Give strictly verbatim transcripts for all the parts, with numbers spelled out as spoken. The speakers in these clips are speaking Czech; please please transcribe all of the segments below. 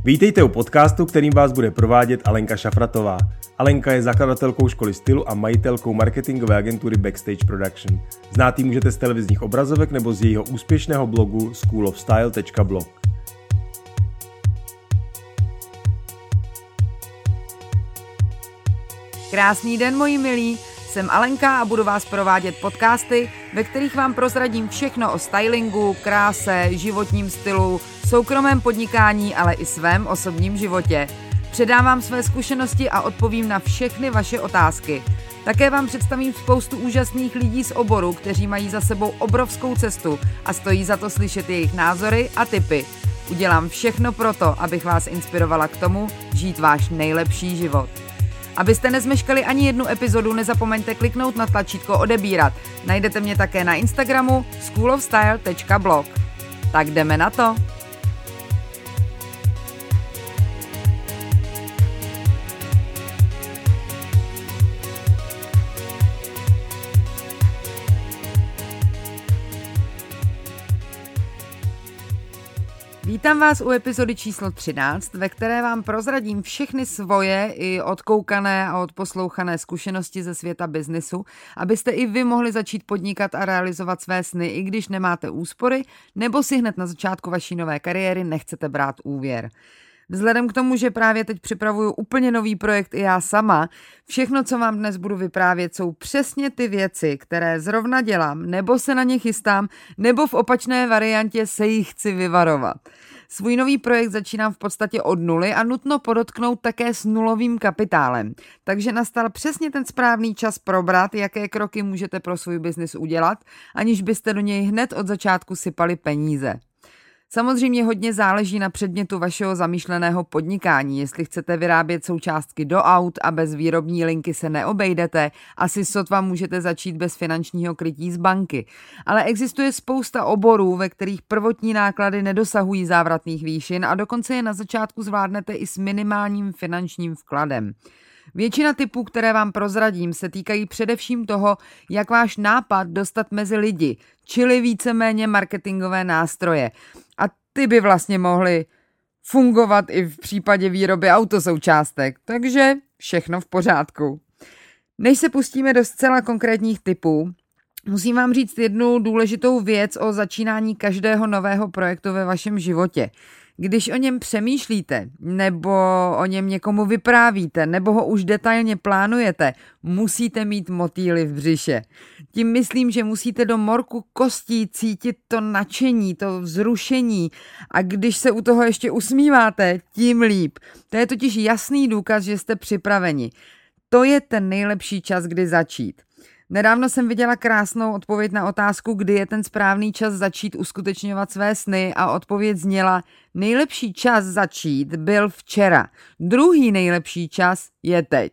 Vítejte u podcastu, kterým vás bude provádět Alenka Šafratová. Alenka je zakladatelkou školy stylu a majitelkou marketingové agentury Backstage Production. Znát ji můžete z televizních obrazovek nebo z jejího úspěšného blogu school of style tečka blog. Krásný den, moji milí, jsem Alenka a budu vás provádět podcasty, ve kterých vám prozradím všechno o stylingu, kráse, životním stylu, soukromém podnikání, ale i svém osobním životě. Předávám své zkušenosti a odpovím na všechny vaše otázky. Také vám představím spoustu úžasných lidí z oboru, kteří mají za sebou obrovskou cestu a stojí za to slyšet jejich názory a tipy. Udělám všechno proto, abych vás inspirovala k tomu, žít váš nejlepší život. Abyste nezmeškali ani jednu epizodu, nezapomeňte kliknout na tlačítko odebírat. Najdete mě také na Instagramu school of style tečka blog. Tak jdeme na to. Vítám vás u epizody číslo třináct, ve které vám prozradím všechny svoje i odkoukané a odposlouchané zkušenosti ze světa biznisu, abyste i vy mohli začít podnikat a realizovat své sny, i když nemáte úspory, nebo si hned na začátku vaší nové kariéry nechcete brát úvěr. Vzhledem k tomu, že právě teď připravuju úplně nový projekt i já sama, všechno, co vám dnes budu vyprávět, jsou přesně ty věci, které zrovna dělám, nebo se na ně chystám, nebo v opačné variantě se jich chci vyvarovat. Svůj nový projekt začínám v podstatě od nuly a nutno podotknout také s nulovým kapitálem. Takže nastal přesně ten správný čas probrat, jaké kroky můžete pro svůj biznis udělat, aniž byste do něj hned od začátku sypali peníze. Samozřejmě hodně záleží na předmětu vašeho zamýšleného podnikání. Jestli chcete vyrábět součástky do aut a bez výrobní linky se neobejdete, asi sotva můžete začít bez finančního krytí z banky. Ale existuje spousta oborů, ve kterých prvotní náklady nedosahují závratných výšin a dokonce je na začátku zvládnete i s minimálním finančním vkladem. Většina typů, které vám prozradím, se týkají především toho, jak váš nápad dostat mezi lidi, čili víceméně marketingové nástroje. A ty by vlastně mohly fungovat i v případě výroby autosoučástek, takže všechno v pořádku. Než se pustíme do zcela konkrétních typů, musím vám říct jednu důležitou věc o začínání každého nového projektu ve vašem životě. Když o něm přemýšlíte, nebo o něm někomu vyprávíte, nebo ho už detailně plánujete, musíte mít motýly v břiše. Tím myslím, že musíte do morku kostí cítit to nadšení, to vzrušení a když se u toho ještě usmíváte, tím líp. To je totiž jasný důkaz, že jste připraveni. To je ten nejlepší čas, kdy začít. Nedávno jsem viděla krásnou odpověď na otázku, kdy je ten správný čas začít uskutečňovat své sny a odpověď zněla: nejlepší čas začít byl včera, druhý nejlepší čas je teď.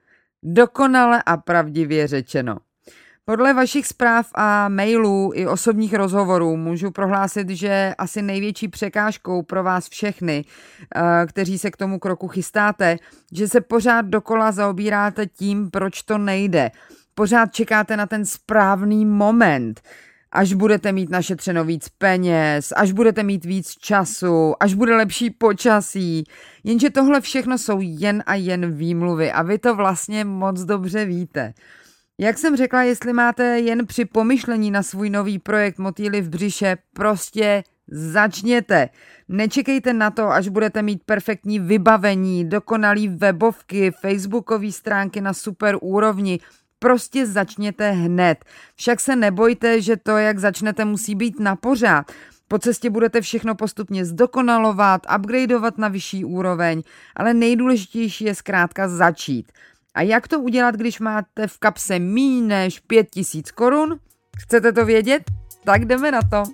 Dokonale a pravdivě řečeno. Podle vašich zpráv a mailů i osobních rozhovorů můžu prohlásit, že asi největší překážkou pro vás všechny, kteří se k tomu kroku chystáte, že se pořád dokola zaobíráte tím, proč to nejde. Pořád čekáte na ten správný moment, až budete mít našetřeno víc peněz, až budete mít víc času, až bude lepší počasí. Jenže tohle všechno jsou jen a jen výmluvy a vy to vlastně moc dobře víte. Jak jsem řekla, jestli máte jen při pomyšlení na svůj nový projekt motýly v břiše, prostě začněte. Nečekejte na to, až budete mít perfektní vybavení, dokonalý webovky, facebookové stránky na super úrovni. Prostě začněte hned. Však se nebojte, že to, jak začnete, musí být na pořád. Po cestě budete všechno postupně zdokonalovat, upgradeovat na vyšší úroveň, ale nejdůležitější je zkrátka začít. A jak to udělat, když máte v kapse míň než pět tisíc korun? Chcete to vědět? Tak jdeme na to.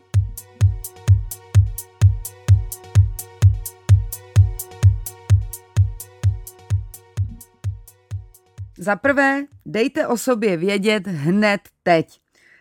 Za prvé, dejte o sobě vědět hned teď.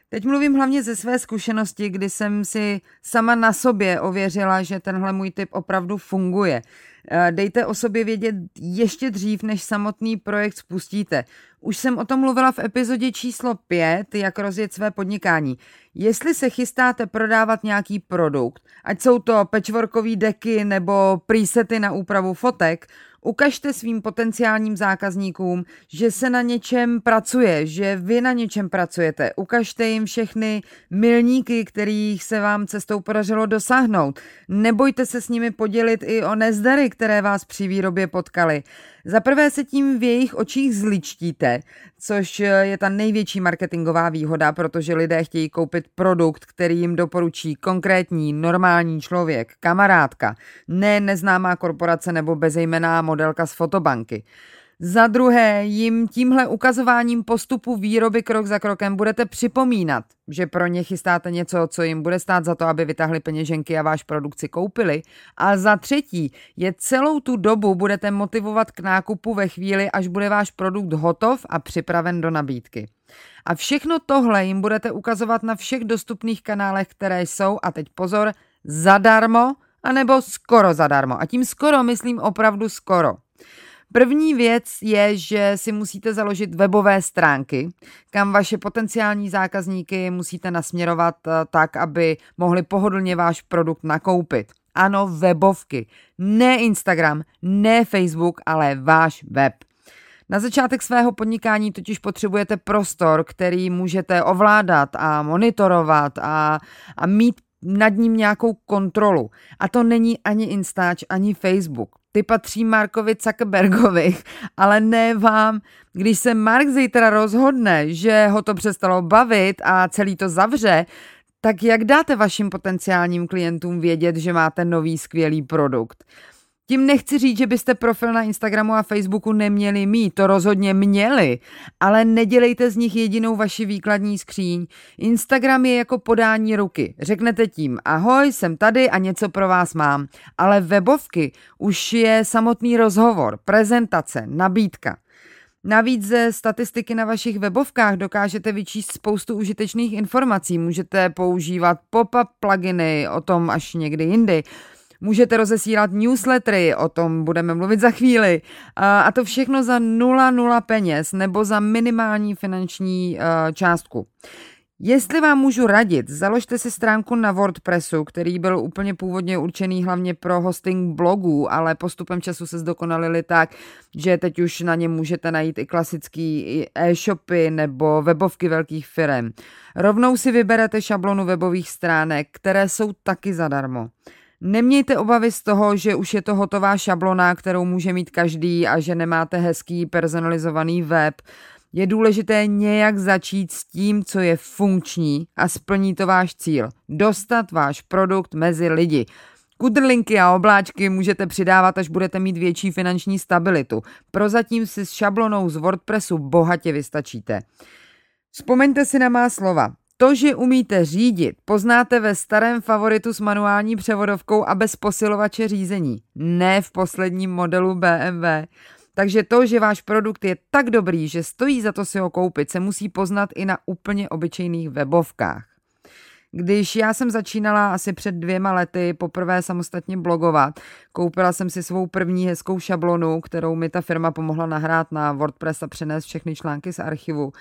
Teď mluvím hlavně ze své zkušenosti, kdy jsem si sama na sobě ověřila, že tenhle můj tip opravdu funguje. Dejte o sobě vědět ještě dřív, než samotný projekt spustíte. Už jsem o tom mluvila v epizodě číslo pět, jak rozjet své podnikání. Jestli se chystáte prodávat nějaký produkt, ať jsou to patchworkové deky nebo presety na úpravu fotek, ukažte svým potenciálním zákazníkům, že se na něčem pracuje, že vy na něčem pracujete. Ukažte jim všechny milníky, kterých se vám cestou podařilo dosáhnout. Nebojte se s nimi podělit i o nezdary, které vás při výrobě potkaly. Za prvé se tím v jejich očích zličtíte, což je ta největší marketingová výhoda, protože lidé chtějí koupit produkt, který jim doporučí konkrétní, normální člověk, kamarádka, ne neznámá korporace nebo bezejmenná modelka z fotobanky. Za druhé, jim tímhle ukazováním postupu výroby krok za krokem budete připomínat, že pro ně chystáte něco, co jim bude stát za to, aby vytáhli peněženky a váš produkt si koupili. A za třetí, je celou tu dobu budete motivovat k nákupu ve chvíli, až bude váš produkt hotov a připraven do nabídky. A všechno tohle jim budete ukazovat na všech dostupných kanálech, které jsou, a teď pozor, zadarmo, anebo skoro zadarmo. A tím skoro myslím opravdu skoro. První věc je, že si musíte založit webové stránky, kam vaše potenciální zákazníky musíte nasměrovat tak, aby mohli pohodlně váš produkt nakoupit. Ano, webovky. Ne Instagram, ne Facebook, ale váš web. Na začátek svého podnikání totiž potřebujete prostor, který můžete ovládat a monitorovat a, a mít nad ním nějakou kontrolu. A to není ani Instač, ani Facebook. Ty patří Markovi Zuckerbergovi, ale ne vám. Když se Mark zítra rozhodne, že ho to přestalo bavit a celý to zavře, tak jak dáte vašim potenciálním klientům vědět, že máte nový skvělý produkt? Tím nechci říct, že byste profil na Instagramu a Facebooku neměli mít, to rozhodně měli, ale nedělejte z nich jedinou vaši výkladní skříň. Instagram je jako podání ruky. Řeknete tím ahoj, jsem tady a něco pro vás mám. Ale webovky už je samotný rozhovor, prezentace, nabídka. Navíc ze statistiky na vašich webovkách dokážete vyčíst spoustu užitečných informací. Můžete používat pop-up pluginy, o tom až někdy jindy. Můžete rozesílat newslettery, o tom budeme mluvit za chvíli. A to všechno za nula nula peněz nebo za minimální finanční uh, částku. Jestli vám můžu radit, založte si stránku na WordPressu, který byl úplně původně určený hlavně pro hosting blogů, ale postupem času se zdokonalili tak, že teď už na něm můžete najít i klasický e-shopy nebo webovky velkých firem. Rovnou si vyberete šablonu webových stránek, které jsou taky zadarmo. Nemějte obavy z toho, že už je to hotová šablona, kterou může mít každý a že nemáte hezký personalizovaný web. Je důležité nějak začít s tím, co je funkční a splní to váš cíl. Dostat váš produkt mezi lidi. Kudrlinky a obláčky můžete přidávat, až budete mít větší finanční stabilitu. Prozatím si s šablonou z WordPressu bohatě vystačíte. Vzpomeňte si na má slova. To, že umíte řídit, poznáte ve starém favoritu s manuální převodovkou a bez posilovače řízení. Ne v posledním modelu bé em vé. Takže to, že váš produkt je tak dobrý, že stojí za to si ho koupit, se musí poznat i na úplně obyčejných webovkách. Když já jsem začínala asi před dvěma lety poprvé samostatně blogovat, koupila jsem si svou první hezkou šablonu, kterou mi ta firma pomohla nahrát na WordPress a přenést všechny články z archivu.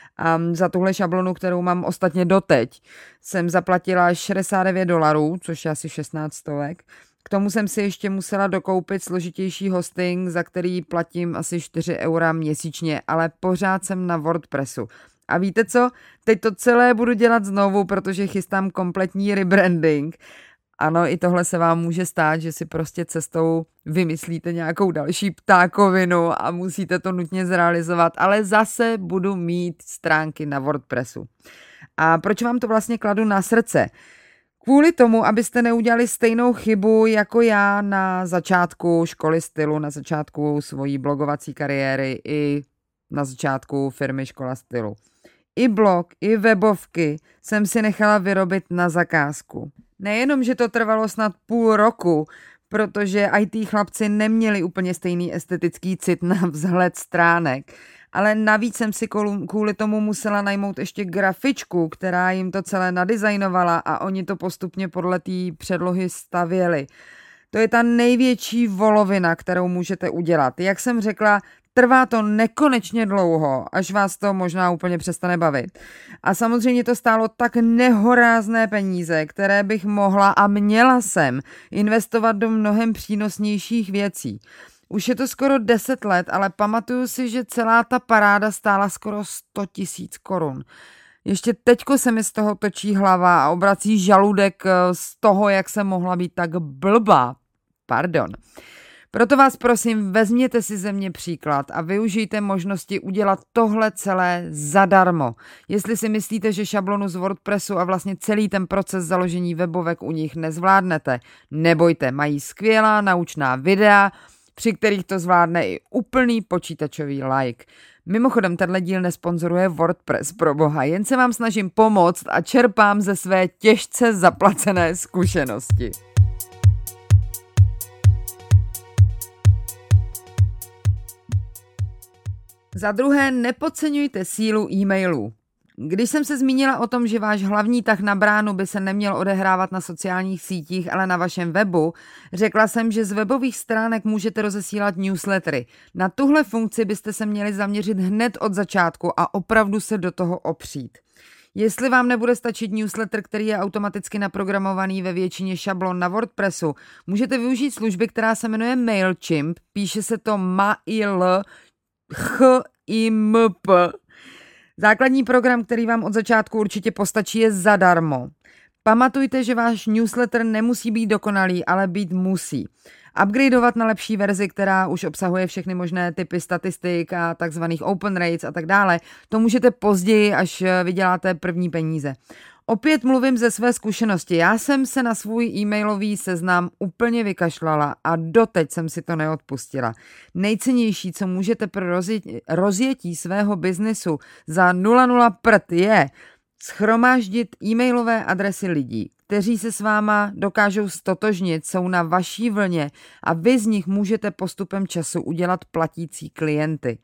A za tuhle šablonu, kterou mám ostatně doteď, jsem zaplatila šedesát devět dolarů, což je asi šestnáct stovek. K tomu jsem si ještě musela dokoupit složitější hosting, za který platím asi čtyři eura měsíčně, ale pořád jsem na WordPressu. A víte co? Teď to celé budu dělat znovu, protože chystám kompletní rebranding. Ano, i tohle se vám může stát, že si prostě cestou vymyslíte nějakou další ptákovinu a musíte to nutně zrealizovat, ale zase budu mít stránky na WordPressu. A proč vám to vlastně kladu na srdce? Kvůli tomu, abyste neudělali stejnou chybu jako já na začátku školy stylu, na začátku svojí blogovací kariéry i na začátku firmy Škola stylu. I blog, i webovky jsem si nechala vyrobit na zakázku. Nejenom, že to trvalo snad půl roku, protože í té chlapci neměli úplně stejný estetický cit na vzhled stránek, ale navíc jsem si kvůli tomu musela najmout ještě grafičku, která jim to celé nadizajnovala a oni to postupně podle té předlohy stavěli. To je ta největší volovina, kterou můžete udělat. Jak jsem řekla, trvá to nekonečně dlouho, až vás to možná úplně přestane bavit. A samozřejmě to stálo tak nehorázné peníze, které bych mohla a měla jsem investovat do mnohem přínosnějších věcí. Už je to skoro deset let, ale pamatuju si, že celá ta paráda stála skoro sto tisíc korun. Ještě teďko se mi z toho točí hlava a obrací žaludek z toho, jak jsem mohla být tak blbá. Pardon. Proto vás prosím, vezměte si ze mě příklad a využijte možnosti udělat tohle celé zadarmo. Jestli si myslíte, že šablonu z WordPressu a vlastně celý ten proces založení webovek u nich nezvládnete, nebojte, mají skvělá naučná videa, při kterých to zvládne i úplný počítačový like. Mimochodem, tenhle díl nesponzoruje WordPress, pro boha, jen se vám snažím pomoct a čerpám ze své těžce zaplacené zkušenosti. Za druhé, nepodceňujte sílu e-mailů. Když jsem se zmínila o tom, že váš hlavní tah na bránu by se neměl odehrávat na sociálních sítích, ale na vašem webu, řekla jsem, že z webových stránek můžete rozesílat newslettery. Na tuhle funkci byste se měli zaměřit hned od začátku a opravdu se do toho opřít. Jestli vám nebude stačit newsletter, který je automaticky naprogramovaný ve většině šablon na WordPressu, můžete využít služby, která se jmenuje MailChimp, píše se to M A I L Ch I M P. Základní program, který vám od začátku určitě postačí, je zadarmo. Pamatujte, že váš newsletter nemusí být dokonalý, ale být musí. Upgradeovat na lepší verzi, která už obsahuje všechny možné typy statistik a takzvaných open rates a tak dále, to můžete později, až vyděláte první peníze. Opět mluvím ze své zkušenosti. Já jsem se na svůj e-mailový seznam úplně vykašlala a doteď jsem si to neodpustila. Nejcennější, co můžete pro rozjetí, rozjetí svého biznesu za nula nula prd je shromáždit e-mailové adresy lidí, kteří se s váma dokážou stotožnit, jsou na vaší vlně a vy z nich můžete postupem času udělat platící klienty.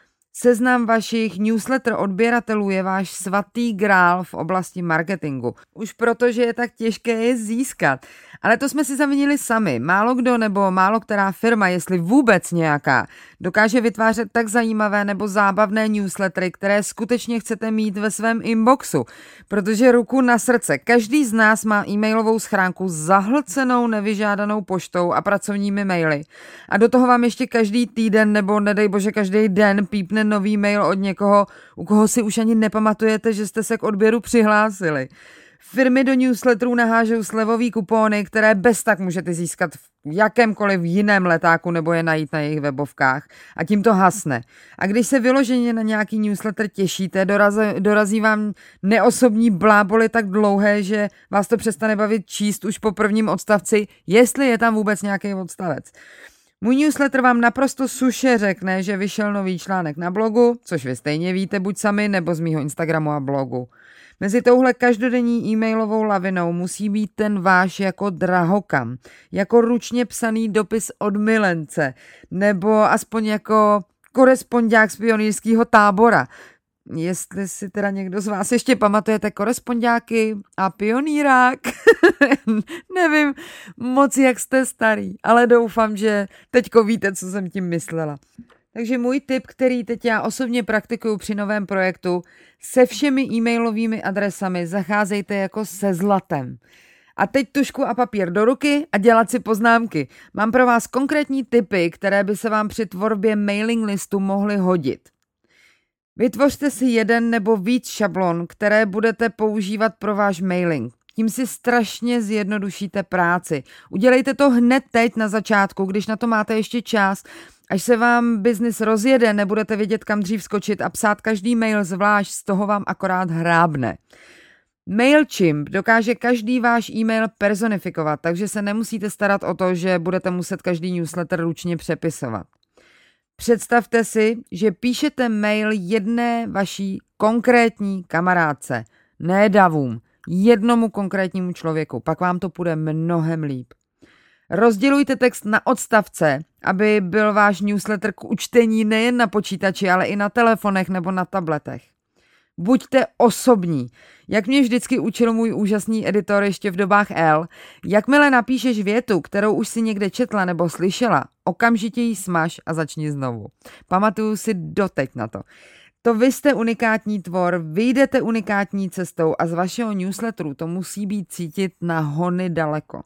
Seznam vašich newsletter odběratelů je váš svatý grál v oblasti marketingu. Už proto, že je tak těžké je získat. Ale to jsme si zavinili sami. Málo kdo nebo málo která firma, jestli vůbec nějaká, dokáže vytvářet tak zajímavé nebo zábavné newslettery, které skutečně chcete mít ve svém inboxu. Protože ruku na srdce, každý z nás má e-mailovou schránku zahlcenou nevyžádanou poštou a pracovními maily. A do toho vám ještě každý týden nebo nedej bože každý den pípne nový mail od někoho, u koho si už ani nepamatujete, že jste se k odběru přihlásili. Firmy do newsletterů nahážou slevový kupóny, které bez tak můžete získat v jakémkoliv jiném letáku nebo je najít na jejich webovkách a tím to hasne. A když se vyloženě na nějaký newsletter těšíte, dorazí, dorazí vám neosobní bláboli tak dlouhé, že vás to přestane bavit číst už po prvním odstavci, jestli je tam vůbec nějaký odstavec. Můj newsletter vám naprosto suše řekne, že vyšel nový článek na blogu, což vy stejně víte buď sami nebo z mýho Instagramu a blogu. Mezi touhle každodenní e-mailovou lavinou musí být ten váš jako drahokam, jako ručně psaný dopis od milence, nebo aspoň jako korespondák z pionýrského tábora. Jestli si teda někdo z vás ještě pamatujete korespondáky a pionýrák, nevím moc, jak jste starý, ale doufám, že teďko víte, co jsem tím myslela. Takže můj tip, který teď já osobně praktikuju při novém projektu, se všemi e-mailovými adresami zacházejte jako se zlatem. A teď tužku a papír do ruky a dělat si poznámky. Mám pro vás konkrétní tipy, které by se vám při tvorbě mailing listu mohly hodit. Vytvořte si jeden nebo víc šablon, které budete používat pro váš mailing. Tím si strašně zjednodušíte práci. Udělejte to hned teď na začátku, když na to máte ještě čas. Až se vám biznis rozjede, nebudete vědět, kam dřív skočit a psát každý mail zvlášť, z toho vám akorát hrábne. MailChimp dokáže každý váš e-mail personifikovat, takže se nemusíte starat o to, že budete muset každý newsletter ručně přepisovat. Představte si, že píšete mail jedné vaší konkrétní kamarádce, ne davům, jednomu konkrétnímu člověku, pak vám to půjde mnohem líp. Rozdělujte text na odstavce, aby byl váš newsletter k učtení nejen na počítači, ale i na telefonech nebo na tabletech. Buďte osobní. Jak mě vždycky učil můj úžasný editor ještě v dobách L, jakmile napíšeš větu, kterou už si někde četla nebo slyšela, okamžitě ji smaž a začni znovu. Pamatuju si doteď na to. To vy jste unikátní tvor, vy jdete unikátní cestou a z vašeho newsletteru to musí být cítit na hony daleko.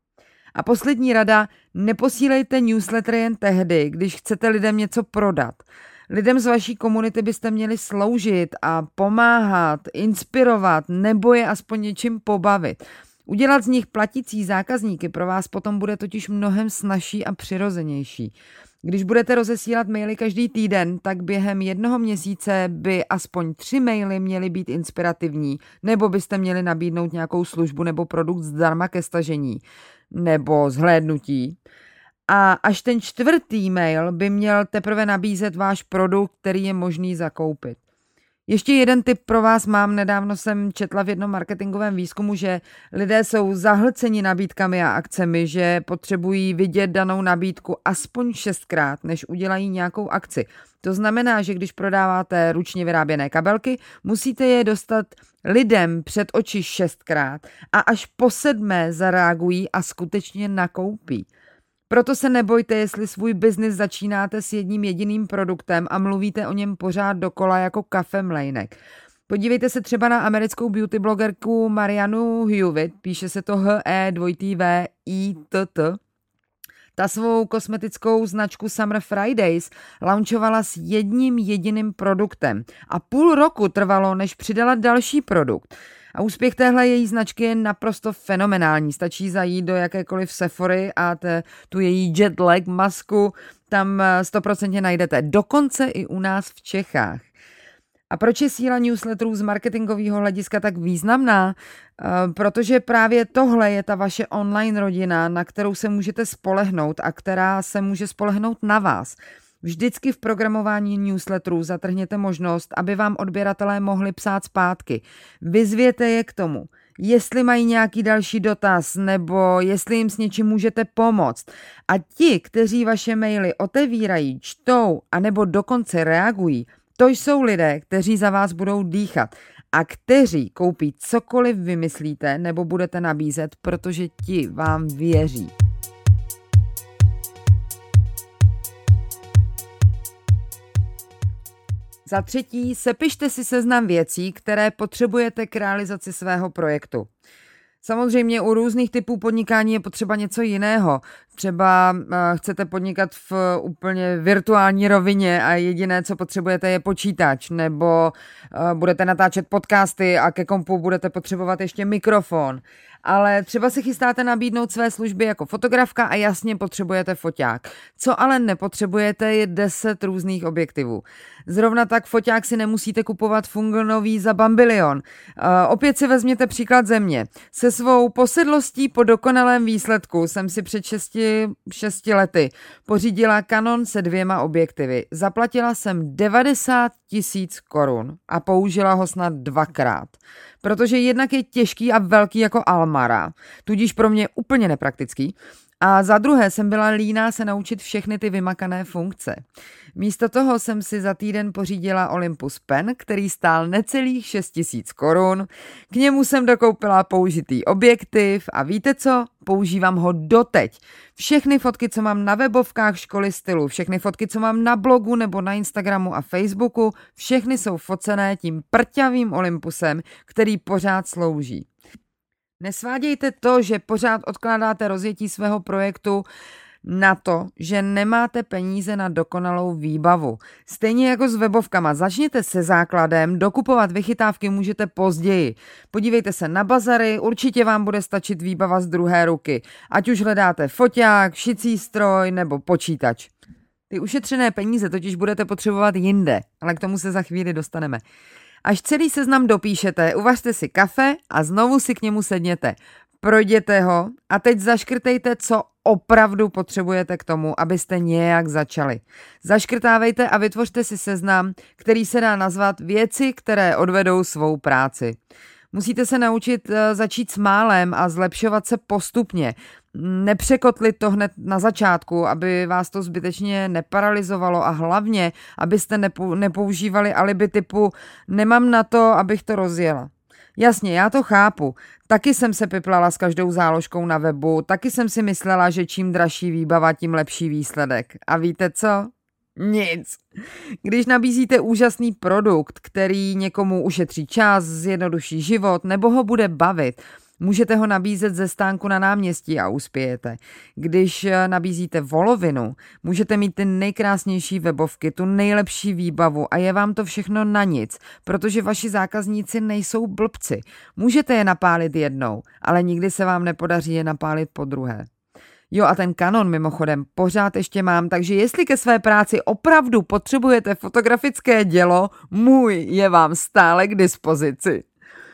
A poslední rada, neposílejte newsletter jen tehdy, když chcete lidem něco prodat. Lidem z vaší komunity byste měli sloužit a pomáhat, inspirovat nebo je aspoň něčím pobavit. Udělat z nich platící zákazníky pro vás potom bude totiž mnohem snazší a přirozenější. Když budete rozesílat maily každý týden, tak během jednoho měsíce by aspoň tři maily měly být inspirativní, nebo byste měli nabídnout nějakou službu nebo produkt zdarma ke stažení, nebo zhlédnutí. A až ten čtvrtý mail by měl teprve nabízet váš produkt, který je možný zakoupit. Ještě jeden tip pro vás mám. Nedávno jsem četla v jednom marketingovém výzkumu, že lidé jsou zahlceni nabídkami a akcemi, že potřebují vidět danou nabídku aspoň šestkrát, než udělají nějakou akci. To znamená, že když prodáváte ručně vyráběné kabelky, musíte je dostat lidem před oči šestkrát a až po sedmé zareagují a skutečně nakoupí. Proto se nebojte, jestli svůj biznis začínáte s jedním jediným produktem a mluvíte o něm pořád dokola jako kafemlejnek. Podívejte se třeba na americkou beauty blogerku Marianu Hewitt, píše se to H E dvojitý V I T T. Ta svou kosmetickou značku Summer Fridays launchovala s jedním jediným produktem a půl roku trvalo, než přidala další produkt. A úspěch téhle její značky je naprosto fenomenální. Stačí zajít do jakékoliv Sephory a te, tu její jet lag masku tam stoprocentně najdete. Dokonce i u nás v Čechách. A proč je síla newsletterů z marketingového hlediska tak významná? E, protože právě tohle je ta vaše online rodina, na kterou se můžete spolehnout a která se může spolehnout na vás. Vždycky v programování newsletterů zatrhněte možnost, aby vám odběratelé mohli psát zpátky. Vyzvěte je k tomu, jestli mají nějaký další dotaz nebo jestli jim s něčím můžete pomoct. A ti, kteří vaše maily otevírají, čtou a nebo dokonce reagují, to jsou lidé, kteří za vás budou dýchat a kteří koupí cokoliv vymyslíte nebo budete nabízet, protože ti vám věří. Za třetí, sepište si seznam věcí, které potřebujete k realizaci svého projektu. Samozřejmě u různých typů podnikání je potřeba něco jiného. Třeba chcete podnikat v úplně virtuální rovině a jediné, co potřebujete, je počítač, nebo budete natáčet podcasty a ke kompu budete potřebovat ještě mikrofon. Ale třeba se chystáte nabídnout své služby jako fotografka a jasně potřebujete foťák. Co ale nepotřebujete, je deset různých objektivů. Zrovna tak foťák si nemusíte kupovat Fungelnový za bambilion. E, opět si vezměte příklad ze mě. Se svou posedlostí po dokonalém výsledku jsem si před šesti lety pořídila Canon se dvěma objektivy. Zaplatila jsem devadesát tisíc korun a použila ho snad dvakrát. Protože jednak je těžký a velký jako Almara, tudíž pro mě úplně nepraktický. A za druhé jsem byla líná se naučit všechny ty vymakané funkce. Místo toho jsem si za týden pořídila Olympus Pen, který stál necelých šest tisíc korun. K němu jsem dokoupila použitý objektiv a víte co? Používám ho doteď. Všechny fotky, co mám na webovkách školy stylu, všechny fotky, co mám na blogu nebo na Instagramu a Facebooku, všechny jsou focené tím prťavým Olympusem, který pořád slouží. Nesvádějte to, že pořád odkládáte rozjetí svého projektu na to, že nemáte peníze na dokonalou výbavu. Stejně jako s webovkama. Začněte se základem, dokupovat vychytávky můžete později. Podívejte se na bazary, určitě vám bude stačit výbava z druhé ruky. Ať už hledáte foťák, šicí stroj nebo počítač. Ty ušetřené peníze totiž budete potřebovat jinde, ale k tomu se za chvíli dostaneme. Až celý seznam dopíšete, uvařte si kafe a znovu si k němu sedněte. Projděte ho a teď zaškrtejte, co opravdu potřebujete k tomu, abyste nějak začali. Zaškrtávejte a vytvořte si seznam, který se dá nazvat věci, které odvedou svou práci. Musíte se naučit začít s málem a zlepšovat se postupně. Nepřekotlit to hned na začátku, aby vás to zbytečně neparalyzovalo a hlavně, abyste nepou, nepoužívali alibi typu nemám na to, abych to rozjela. Jasně, já to chápu. Taky jsem se piplala s každou záložkou na webu, taky jsem si myslela, že čím dražší výbava, tím lepší výsledek. A víte co? Nic. Když nabízíte úžasný produkt, který někomu ušetří čas, zjednoduší život nebo ho bude bavit, můžete ho nabízet ze stánku na náměstí a uspějete. Když nabízíte volovinu, můžete mít ty nejkrásnější webovky, tu nejlepší výbavu a je vám to všechno na nic, protože vaši zákazníci nejsou blbci. Můžete je napálit jednou, ale nikdy se vám nepodaří je napálit po druhé. Jo a ten Canon mimochodem pořád ještě mám, takže jestli ke své práci opravdu potřebujete fotografické dělo, můj je vám stále k dispozici.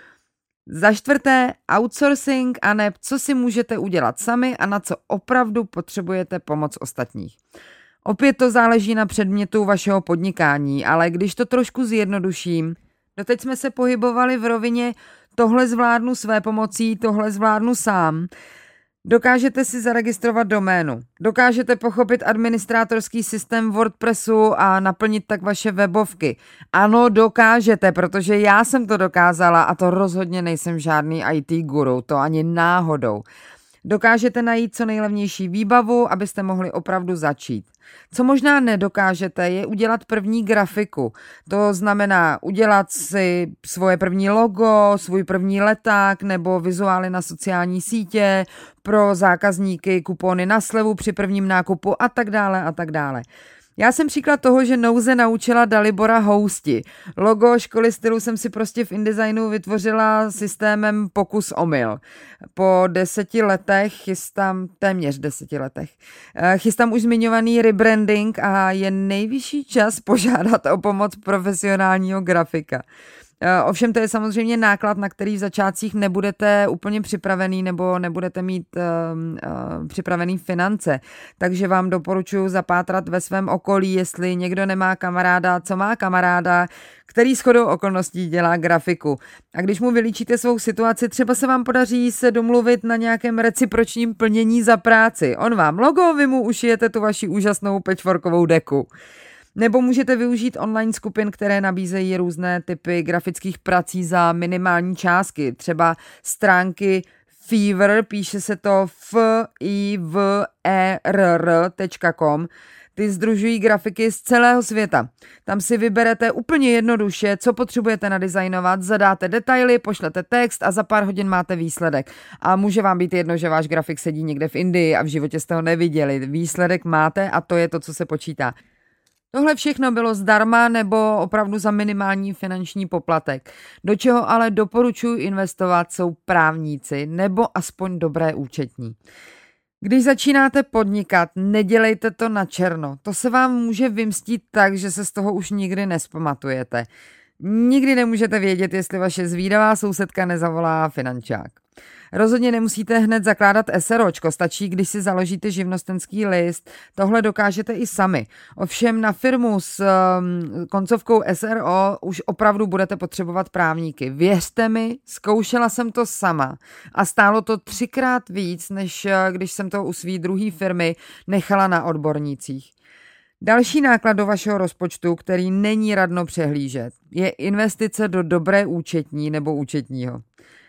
Za čtvrté, outsourcing a ne, co si můžete udělat sami a na co opravdu potřebujete pomoc ostatních. Opět to záleží na předmětu vašeho podnikání, ale když to trošku zjednoduším, doteď jsme se pohybovali v rovině tohle zvládnu své pomocí, tohle zvládnu sám. Dokážete si zaregistrovat doménu, dokážete pochopit administrátorský systém WordPressu a naplnit tak vaše webovky. Ano, dokážete, protože já jsem to dokázala a to rozhodně nejsem žádný í té guru, to ani náhodou. Dokážete najít co nejlevnější výbavu, abyste mohli opravdu začít. Co možná nedokážete, je udělat první grafiku. To znamená udělat si svoje první logo, svůj první leták nebo vizuály na sociální sítě, pro zákazníky kupony na slevu při prvním nákupu a tak dále a tak dále. Já jsem příklad toho, že nouze naučila Dalibora housti. Logo školy stylu jsem si prostě v InDesignu vytvořila systémem pokus omyl. Po deseti letech chystám, téměř deseti letech, chystám už zmiňovaný rebranding a je nejvyšší čas požádat o pomoc profesionálního grafika. Ovšem to je samozřejmě náklad, na který v začátcích nebudete úplně připravený nebo nebudete mít uh, uh, připravený finance. Takže vám doporučuji zapátrat ve svém okolí, jestli někdo nemá kamaráda, co má kamaráda, který shodou okolností dělá grafiku. A když mu vylíčíte svou situaci, třeba se vám podaří se domluvit na nějakém recipročním plnění za práci. On vám logo, vy mu ušijete tu vaši úžasnou patchworkovou deku. Nebo můžete využít online skupin, které nabízejí různé typy grafických prací za minimální částky. Třeba stránky Fiverr, píše se to f i v e r r tečka com. Ty sdružují grafiky z celého světa. Tam si vyberete úplně jednoduše, co potřebujete nadizajnovat, zadáte detaily, pošlete text a za pár hodin máte výsledek. A může vám být jedno, že váš grafik sedí někde v Indii a v životě jste ho neviděli. Výsledek máte a to je to, co se počítá. Tohle všechno bylo zdarma nebo opravdu za minimální finanční poplatek. Do čeho ale doporučuji investovat jsou právníci nebo aspoň dobré účetní. Když začínáte podnikat, nedělejte to na černo. To se vám může vymstít tak, že se z toho už nikdy nespamatujete. Nikdy nemůžete vědět, jestli vaše zvídavá sousedka nezavolá finančák. Rozhodně nemusíte hned zakládat SROčko, stačí, když si založíte živnostenský list. Tohle dokážete i sami. Ovšem na firmu s um, koncovkou S R O už opravdu budete potřebovat právníky. Věřte mi, zkoušela jsem to sama a stálo to třikrát víc, než když jsem to u své druhé firmy nechala na odbornících. Další náklad do vašeho rozpočtu, který není radno přehlížet, je investice do dobré účetní nebo účetního.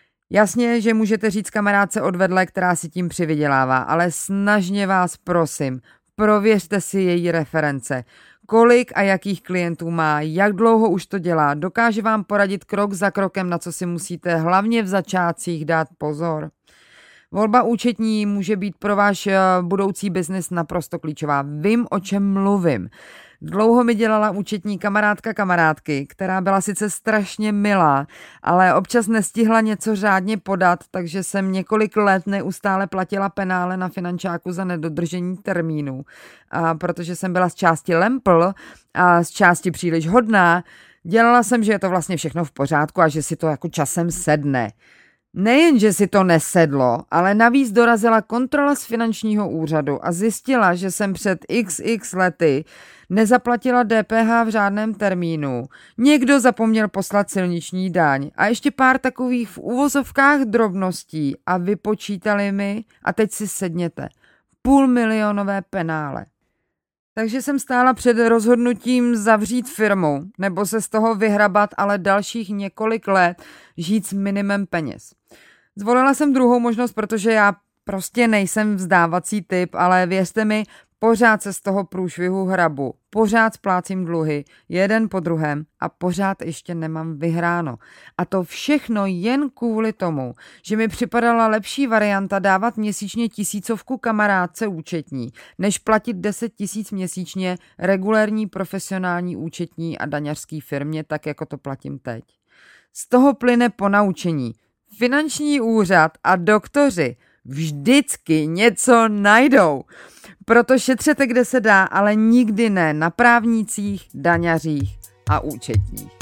Jasně, že můžete říct kamarádce odvedle, která si tím přivydělává, ale snažně vás prosím, prověřte si její reference. Kolik a jakých klientů má, jak dlouho už to dělá, dokáže vám poradit krok za krokem, na co si musíte hlavně v začátcích dát pozor. Volba účetní může být pro váš budoucí biznis naprosto klíčová. Vím, o čem mluvím. Dlouho mi dělala účetní kamarádka kamarádky, která byla sice strašně milá, ale občas nestihla něco řádně podat, takže jsem několik let neustále platila penále na finančáku za nedodržení termínů. A protože jsem byla z části lempl a z části příliš hodná, dělala jsem, že je to vlastně všechno v pořádku a že si to jako časem sedne. Nejen, že si to nesedlo, ale navíc dorazila kontrola z finančního úřadu a zjistila, že jsem před iks iks lety nezaplatila D P H v řádném termínu. Někdo zapomněl poslat silniční daň a ještě pár takových v uvozovkách drobností a vypočítali mi, a teď si sedněte, půl milionové penále. Takže jsem stála před rozhodnutím zavřít firmu nebo se z toho vyhrabat, ale dalších několik let žít s minimem peněz. Zvolila jsem druhou možnost, protože já prostě nejsem vzdávací typ, ale věřte mi, pořád se z toho průšvihu hrabu, pořád splácím dluhy, jeden po druhém a pořád ještě nemám vyhráno. A to všechno jen kvůli tomu, že mi připadala lepší varianta dávat měsíčně tisícovku kamarádce účetní, než platit deset tisíc měsíčně regulérní profesionální účetní a daňařský firmě, tak jako to platím teď. Z toho plyne ponaučení. Finanční úřad a doktoři vždycky něco najdou. Proto šetřete, kde se dá, ale nikdy ne na právnících, daňařích a účetních.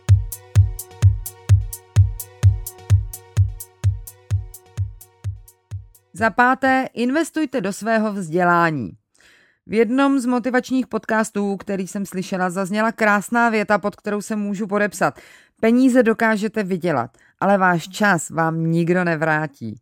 Za páté, investujte do svého vzdělání. V jednom z motivačních podcastů, který jsem slyšela, zazněla krásná věta, pod kterou se můžu podepsat. Peníze dokážete vydělat, ale váš čas vám nikdo nevrátí.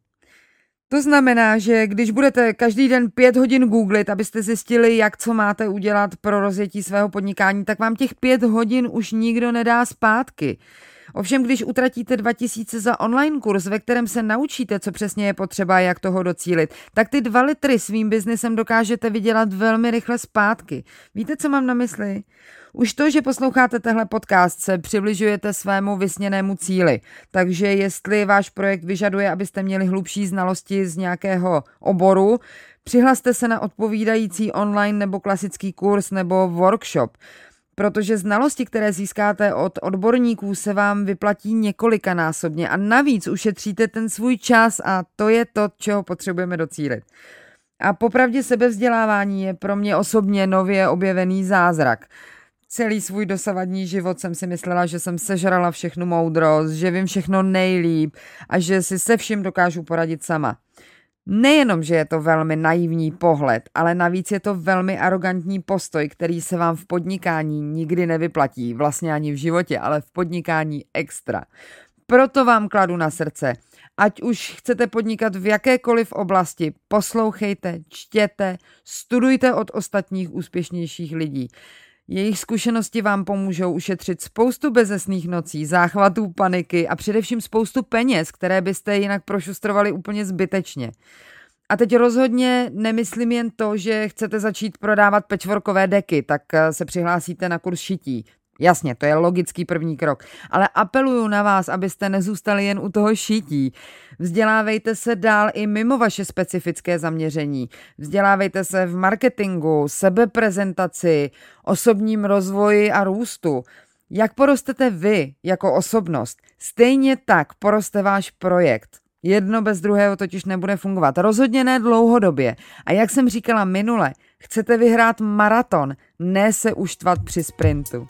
To znamená, že když budete každý den pět hodin googlit, abyste zjistili, jak co máte udělat pro rozjetí svého podnikání, tak vám těch pět hodin už nikdo nedá zpátky. Ovšem, když utratíte dva tisíce za online kurz, ve kterém se naučíte, co přesně je potřeba a jak toho docílit, tak ty dva litry svým biznesem dokážete vydělat velmi rychle zpátky. Víte, co mám na mysli? Už to, že posloucháte tehle podcast, se přibližujete svému vysněnému cíli. Takže jestli váš projekt vyžaduje, abyste měli hlubší znalosti z nějakého oboru, přihlaste se na odpovídající online nebo klasický kurz nebo workshop. Protože znalosti, které získáte od odborníků, se vám vyplatí několikanásobně a navíc ušetříte ten svůj čas a to je to, čeho potřebujeme docílit. A popravdě sebevzdělávání je pro mě osobně nově objevený zázrak. Celý svůj dosavadní život jsem si myslela, že jsem sežrala všechnu moudrost, že vím všechno nejlíp a že si se vším dokážu poradit sama. Nejenom, že je to velmi naivní pohled, ale navíc je to velmi arrogantní postoj, který se vám v podnikání nikdy nevyplatí, vlastně ani v životě, ale v podnikání extra. Proto vám kladu na srdce, ať už chcete podnikat v jakékoliv oblasti, poslouchejte, čtěte, studujte od ostatních úspěšnějších lidí. Jejich zkušenosti vám pomůžou ušetřit spoustu bezesných nocí, záchvatů paniky a především spoustu peněz, které byste jinak prošustrovali úplně zbytečně. A teď rozhodně nemyslím jen to, že chcete začít prodávat patchworkové deky, tak se přihlásíte na kurz šití. Jasně, to je logický první krok, ale apeluju na vás, abyste nezůstali jen u toho šití. Vzdělávejte se dál i mimo vaše specifické zaměření. Vzdělávejte se v marketingu, sebeprezentaci, osobním rozvoji a růstu. Jak porostete vy jako osobnost, stejně tak poroste váš projekt. Jedno bez druhého totiž nebude fungovat. Rozhodně ne dlouhodobě. A jak jsem říkala minule, chcete vyhrát maraton, ne se uštvat při sprintu.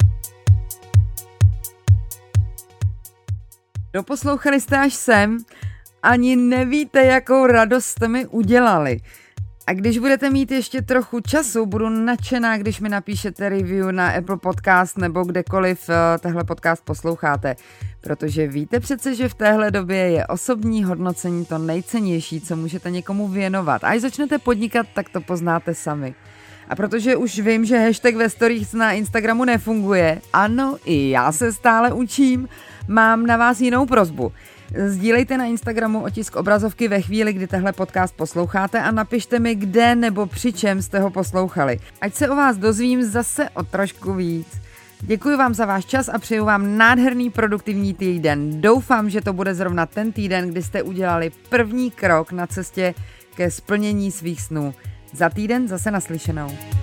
Doposlouchali jste až sem, ani nevíte, jakou radost jste mi udělali. A když budete mít ještě trochu času, budu nadšená, když mi napíšete review na Apple Podcast nebo kdekoliv tehle podcast posloucháte. Protože víte přece, že v téhle době je osobní hodnocení to nejcennější, co můžete někomu věnovat. A až začnete podnikat, tak to poznáte sami. A protože už vím, že hashtag ve stories na Instagramu nefunguje, ano, i já se stále učím, mám na vás jinou prosbu. Sdílejte na Instagramu otisk obrazovky ve chvíli, kdy tehle podcast posloucháte a napište mi, kde nebo při čem jste ho poslouchali. Ať se o vás dozvím zase o trošku víc. Děkuji vám za váš čas a přeju vám nádherný produktivní týden. Doufám, že to bude zrovna ten týden, kdy jste udělali první krok na cestě ke splnění svých snů. Za týden zase naslyšenou.